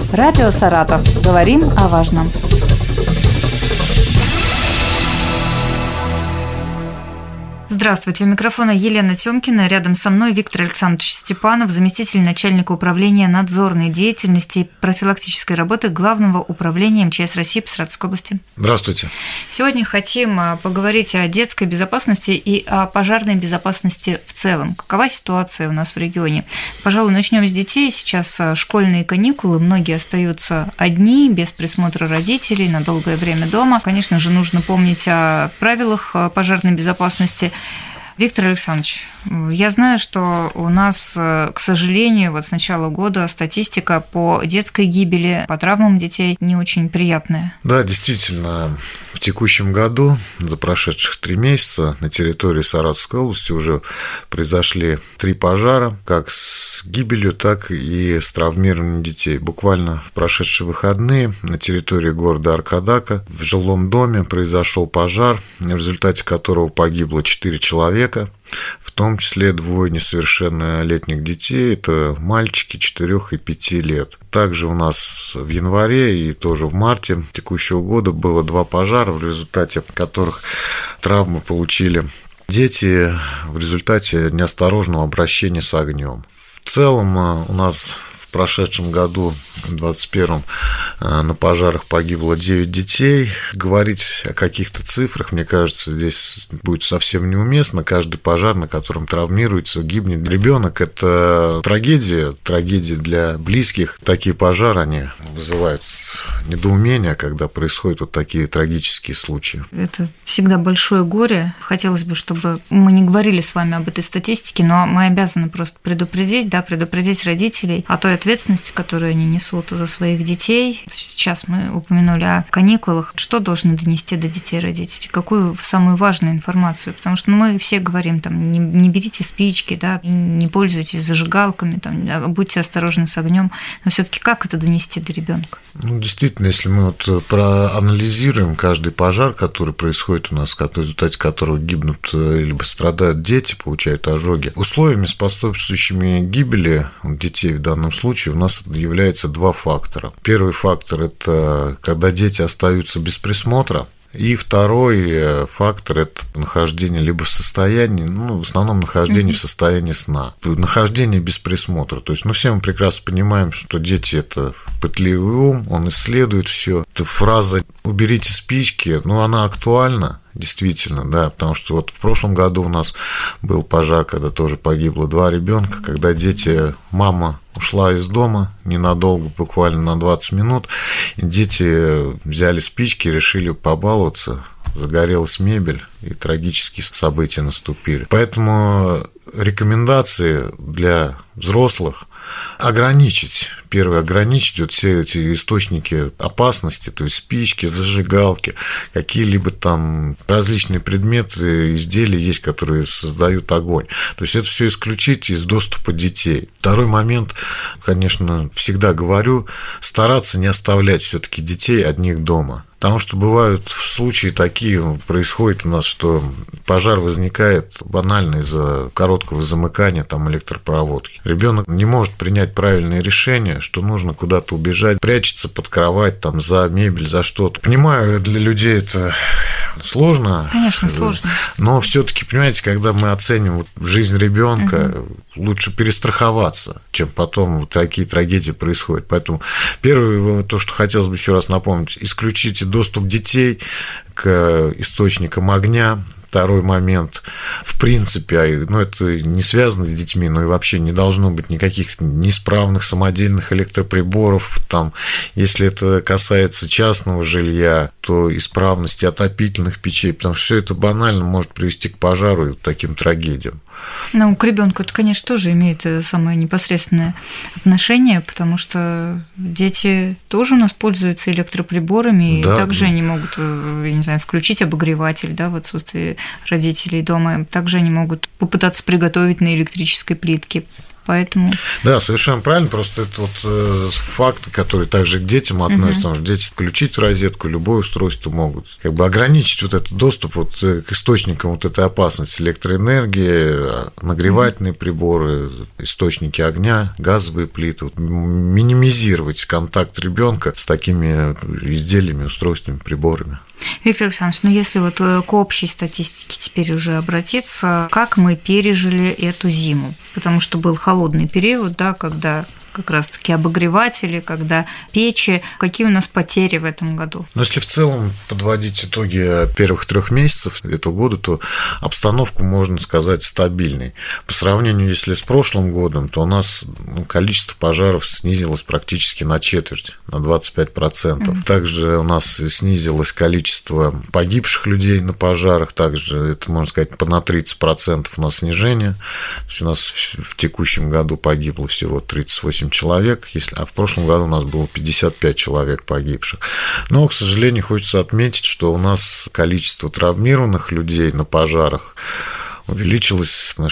Радио Саратов. Говорим о важном. Здравствуйте, у микрофона Елена Тёмкина, рядом со мной Виктор Александрович Степанов, заместитель начальника управления надзорной деятельности и профилактической работы Главного управления МЧС России по Саратовской области. Здравствуйте. Сегодня хотим поговорить о детской безопасности и о пожарной безопасности в целом. Какова ситуация у нас в регионе? Пожалуй, начнем с детей. Сейчас школьные каникулы, многие остаются одни, без присмотра родителей, на долгое время дома. Конечно же, нужно помнить о правилах пожарной безопасности. Виктор Александрович, я знаю, что у нас, к сожалению, вот с начала года статистика по детской гибели, по травмам детей не очень приятная. Да, действительно, в текущем году, за прошедших 3 месяца, на территории Саратовской области уже произошли 3 пожара, как с гибелью, так и с травмированием детей. Буквально в прошедшие выходные на территории города Аркадака в жилом доме произошел пожар, в результате которого погибло 4 человека, в том числе 2 несовершеннолетних детей, это мальчики 4 и 5 лет. Также у нас в январе и тоже в марте текущего года было 2 пожара, в результате которых травмы получили дети в результате неосторожного обращения с огнем. В целом у нас в прошедшем году, в 2021, на пожарах погибло 9 детей. Говорить о каких-то цифрах, мне кажется, здесь будет совсем неуместно. Каждый пожар, на котором травмируется, гибнет ребенок, это трагедия для близких. Такие пожары, они вызывают недоумение, когда происходят вот такие трагические случаи. Это всегда большое горе. Хотелось бы, чтобы мы не говорили с вами об этой статистике, но мы обязаны просто предупредить родителей о той ответственности, которую они несут за своих детей. Сейчас мы упомянули о каникулах. Что должны донести до детей родители? Какую самую важную информацию? Потому что мы все говорим, не берите спички, не пользуйтесь зажигалками, будьте осторожны с огнем. Но все-таки как это донести до ребенка? Действительно, если мы проанализируем каждый пожар, который происходит у нас, в результате которого гибнут либо страдают дети, получают ожоги, условиями, способствующими гибели детей в данном случае, у нас является 2 фактора. Первый фактор – это когда дети остаются без присмотра. И второй фактор – это нахождение либо в состоянии, в основном нахождение в состоянии сна, нахождение без присмотра. То есть, все мы прекрасно понимаем, что дети – это пытливый ум, он исследует все. Эта фраза «уберите спички», она актуальна. Действительно, да, потому что вот в прошлом году у нас был пожар, когда тоже погибло 2 ребенка, когда мама ушла из дома ненадолго, буквально на 20 минут, и дети взяли спички, решили побаловаться, загорелась мебель, и трагические события наступили. Поэтому рекомендации для взрослых ограничить вот все эти источники опасности, то есть спички, зажигалки, какие-либо различные предметы, изделия есть, которые создают огонь. То есть это все исключить из доступа детей. Второй момент, конечно, всегда говорю, стараться не оставлять все-таки детей одних дома. Потому что бывают случаи такие, происходит у нас, что пожар возникает банально из-за короткого замыкания электропроводки. Ребенок не может принять правильное решение, что нужно куда-то убежать, прячется под кровать, за мебель, за что-то. Понимаю, для людей это сложно. Конечно, сложно. Но все-таки, понимаете, когда мы оценим жизнь ребенка, лучше перестраховаться, чем потом такие трагедии происходят. Поэтому первое, то, что хотелось бы еще раз напомнить, исключите доступ детей к источникам огня. Второй момент, в принципе, это не связано с детьми, но и вообще не должно быть никаких неисправных самодельных электроприборов. Если это касается частного жилья, то исправности отопительных печей, потому что все это банально может привести к пожару и к таким трагедиям. К ребенку это, конечно, тоже имеет самое непосредственное отношение, потому что дети тоже у нас пользуются электроприборами, и также они могут, включить обогреватель, в отсутствии родителей дома. Также они могут попытаться приготовить на электрической плитке. поэтому… Да, совершенно правильно, просто это вот факты, которые также к детям относятся, потому что дети включить в розетку любое устройство могут. Как бы ограничить вот этот доступ вот к источникам вот этой опасности, электроэнергии, нагревательные приборы, источники огня, газовые плиты, вот, минимизировать контакт ребенка с такими изделиями, устройствами, приборами. Виктор Александрович, ну если вот к общей статистике теперь уже обратиться, как мы пережили эту зиму? Потому что был холодный период, да, когда как раз-таки обогреватели, когда печи. Какие у нас потери в этом году? Но если в целом подводить итоги первых 3 месяцев этого года, то обстановку, можно сказать, стабильной. По сравнению, если с прошлым годом, то у нас количество пожаров снизилось практически на четверть, на 25%. Также у нас снизилось количество погибших людей на пожарах, также это, можно сказать, на 30% у нас снижение. То есть у нас в текущем году погибло всего 38 человек, а в прошлом году у нас было 55 человек погибших. Но, к сожалению, хочется отметить, что у нас количество травмированных людей на пожарах увеличилось на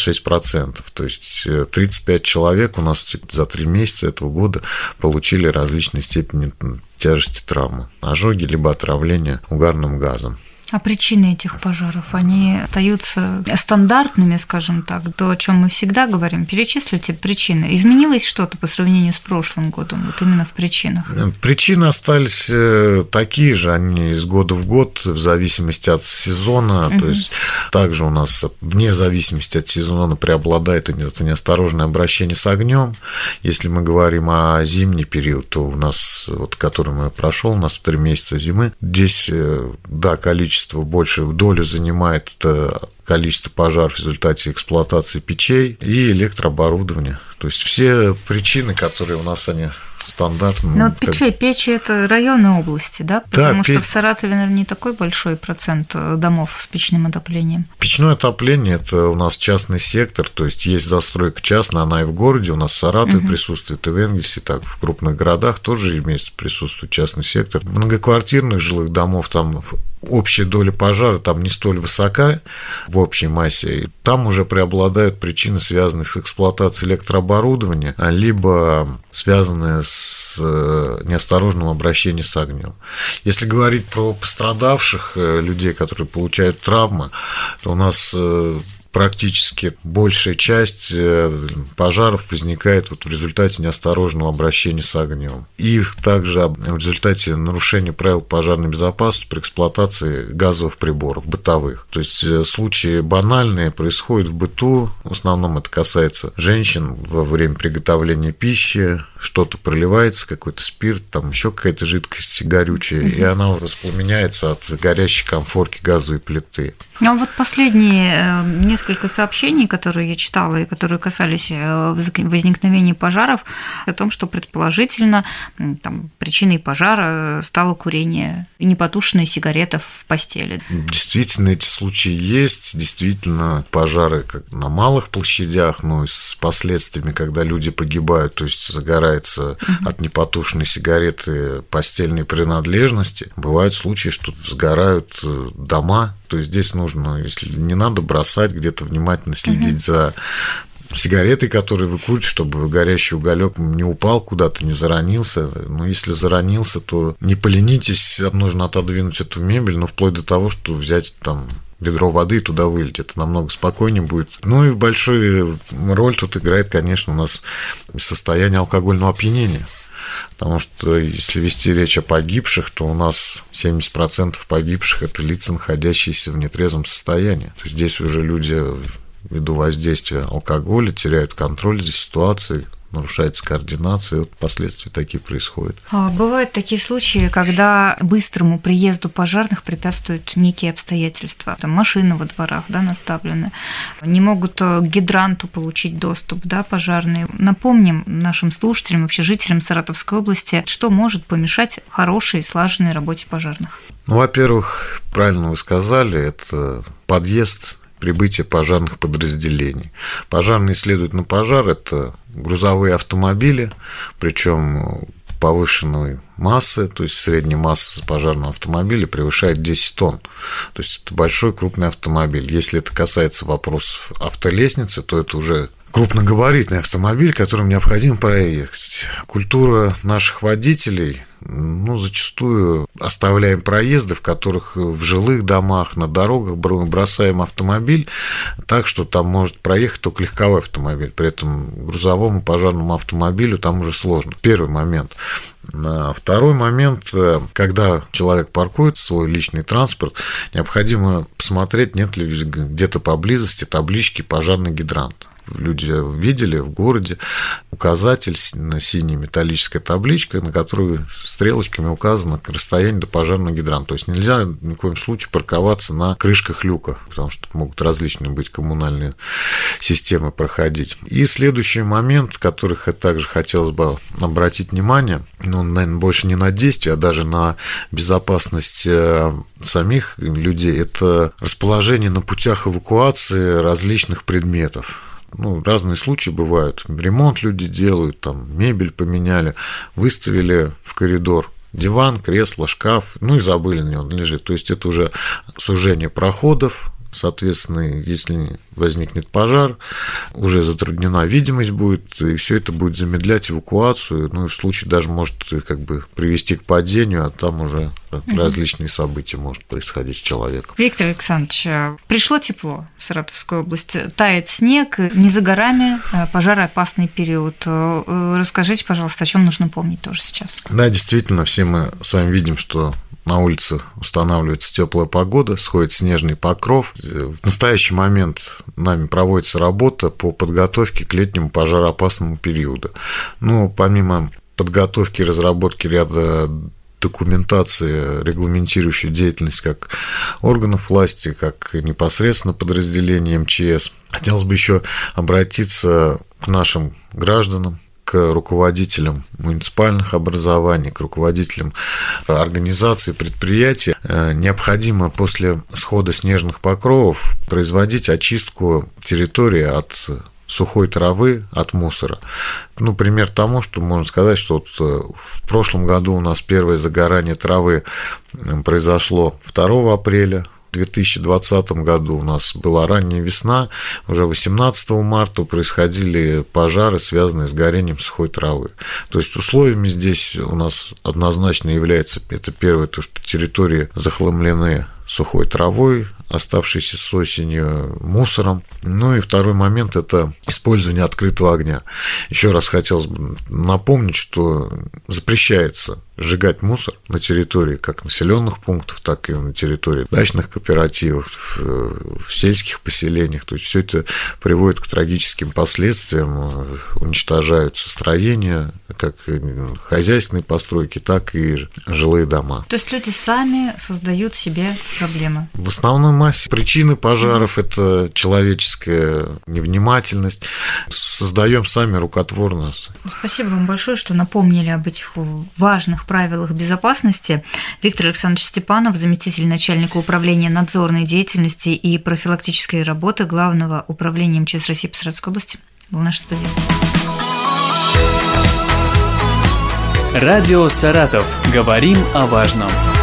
66%. То есть 35 человек у нас за 3 месяца этого года получили различные степени тяжести травмы. Ожоги либо отравление угарным газом. А причины этих пожаров, они остаются стандартными, скажем так, то, о чем мы всегда говорим. Перечислите причины. Изменилось что-то по сравнению с прошлым годом, вот именно в причинах? Причины остались такие же, они из года в год, в зависимости от сезона. То есть также у нас вне зависимости от сезона преобладает это неосторожное обращение с огнем. Если мы говорим о зимний период, то у нас, вот, который мы прошел, у нас 3 месяца зимы, здесь, да, количество большую долю занимает это количество пожаров в результате эксплуатации печей и электрооборудования. То есть все причины, которые у нас они стандартные. Но вот печи – это районы области, да? Потому что в Саратове, наверное, не такой большой процент домов с печным отоплением. Печное отопление – это у нас частный сектор, то есть есть застройка частная, она и в городе, у нас в Саратове присутствует, и в Энгельсе, так в крупных городах тоже имеется, присутствует частный сектор. Многоквартирных жилых домов там общая доля пожара там не столь высока в общей массе, и там уже преобладают причины, связанные с эксплуатацией электрооборудования, либо связанные с неосторожным обращением с огнем. Если говорить про пострадавших людей, которые получают травмы, то у нас практически большая часть пожаров возникает вот в результате неосторожного обращения с огнем. И также в результате нарушения правил пожарной безопасности при эксплуатации газовых приборов, бытовых. То есть случаи банальные происходят в быту, в основном это касается женщин во время приготовления пищи, что-то проливается, какой-то спирт, там еще какая-то жидкость горючая, и она воспламеняется от горящей конфорки газовой плиты. А вот последние несколько сообщений, которые я читала и которые касались возникновения пожаров, о том, что предположительно там, причиной пожара стало курение и непотушенная сигарета в постели. Действительно, эти случаи есть. Действительно, пожары как на малых площадях, но и с последствиями, когда люди погибают, то есть загорается от непотушенной сигареты постельные принадлежности. Бывают случаи, что сгорают дома. То есть здесь нужно, если не надо бросать, где-то внимательно следить за сигаретой, которые вы курите, чтобы горящий уголек не упал куда-то, не заронился. Но если заронился, то не поленитесь, нужно отодвинуть эту мебель, но вплоть до того, что взять там ведро воды и туда вылить. Это намного спокойнее будет. Ну и большую роль тут играет, конечно, у нас состояние алкогольного опьянения. Потому что если вести речь о погибших, то у нас 70% погибших – это лица, находящиеся в нетрезвом состоянии. То есть здесь уже люди ввиду воздействия алкоголя теряют контроль за ситуацией, нарушается координация, и вот последствия такие происходят. Бывают такие случаи, когда быстрому приезду пожарных препятствуют некие обстоятельства. Там машины во дворах, да, наставлены, не могут к гидранту получить доступ, да, пожарные. Напомним нашим слушателям, вообще жителям Саратовской области, что может помешать хорошей и слаженной работе пожарных. Ну, во-первых, правильно вы сказали, это подъезд, прибытие пожарных подразделений. Пожарные следуют на пожар – это грузовые автомобили, причем повышенной массы, то есть средняя масса пожарного автомобиля превышает 10 тонн. То есть это большой крупный автомобиль. Если это касается вопросов автолестницы, то это уже крупногабаритный автомобиль, которым необходимо проехать. Культура наших водителей, зачастую оставляем проезды, в которых в жилых домах, на дорогах бросаем автомобиль так, что там может проехать только легковой автомобиль. При этом грузовому пожарному автомобилю там уже сложно. Первый момент. Второй момент, когда человек паркует свой личный транспорт, необходимо посмотреть, нет ли где-то поблизости таблички «Пожарный гидрант». Люди видели в городе указатель на синей металлической табличкой, на которой стрелочками указано расстояние до пожарного гидранта. То есть нельзя ни в коем случае парковаться на крышках люка, потому что могут различные быть коммунальные системы проходить. И следующий момент, который также хотелось бы обратить внимание, наверное, больше не на действие, а даже на безопасность самих людей, это расположение на путях эвакуации различных предметов. Разные случаи бывают. Ремонт люди делают, там мебель поменяли, выставили в коридор диван, кресло, шкаф, и забыли, на нем лежит. То есть это уже сужение проходов. Соответственно, если возникнет пожар, уже затруднена видимость будет, и все это будет замедлять эвакуацию, и в случае даже может привести к падению, а там уже различные события могут происходить с человеком. Виктор Александрович, пришло тепло в Саратовскую область, тает снег, не за горами пожароопасный период. Расскажите, пожалуйста, о чем нужно помнить тоже сейчас? Да, действительно, все мы с вами видим, что на улице устанавливается теплая погода, сходит снежный покров. В настоящий момент нами проводится работа по подготовке к летнему пожароопасному периоду. Помимо подготовки и разработки ряда документации, регламентирующей деятельность как органов власти, как непосредственно подразделения МЧС, хотелось бы еще обратиться к нашим гражданам, к руководителям муниципальных образований, к руководителям организаций, предприятий. Необходимо после схода снежных покровов производить очистку территории от сухой травы, от мусора. Пример тому, что можно сказать, что в прошлом году у нас первое загорание травы произошло 2 апреля. В 2020 году у нас была ранняя весна, уже 18 марта происходили пожары, связанные с горением сухой травы. То есть условиями здесь у нас однозначно является, это первое, то, что территории захламлены сухой травой, оставшейся с осенью, мусором. И второй момент – это использование открытого огня. Еще раз хотелось бы напомнить, что запрещается сжигать мусор на территории как населенных пунктов, так и на территории дачных кооперативов, в сельских поселениях. То есть все это приводит к трагическим последствиям, уничтожаются строения, как хозяйственные постройки, так и жилые дома. То есть люди сами создают себе проблемы? В основной массе причины пожаров – это человеческая невнимательность. Создаем сами рукотворно. Спасибо вам большое, что напомнили об этих важных правилах безопасности. Виктор Александрович Степанов, заместитель начальника управления надзорной деятельности и профилактической работы Главного управления МЧС России по Саратовской области, был в нашей студии. Радио «Саратов». Говорим о важном.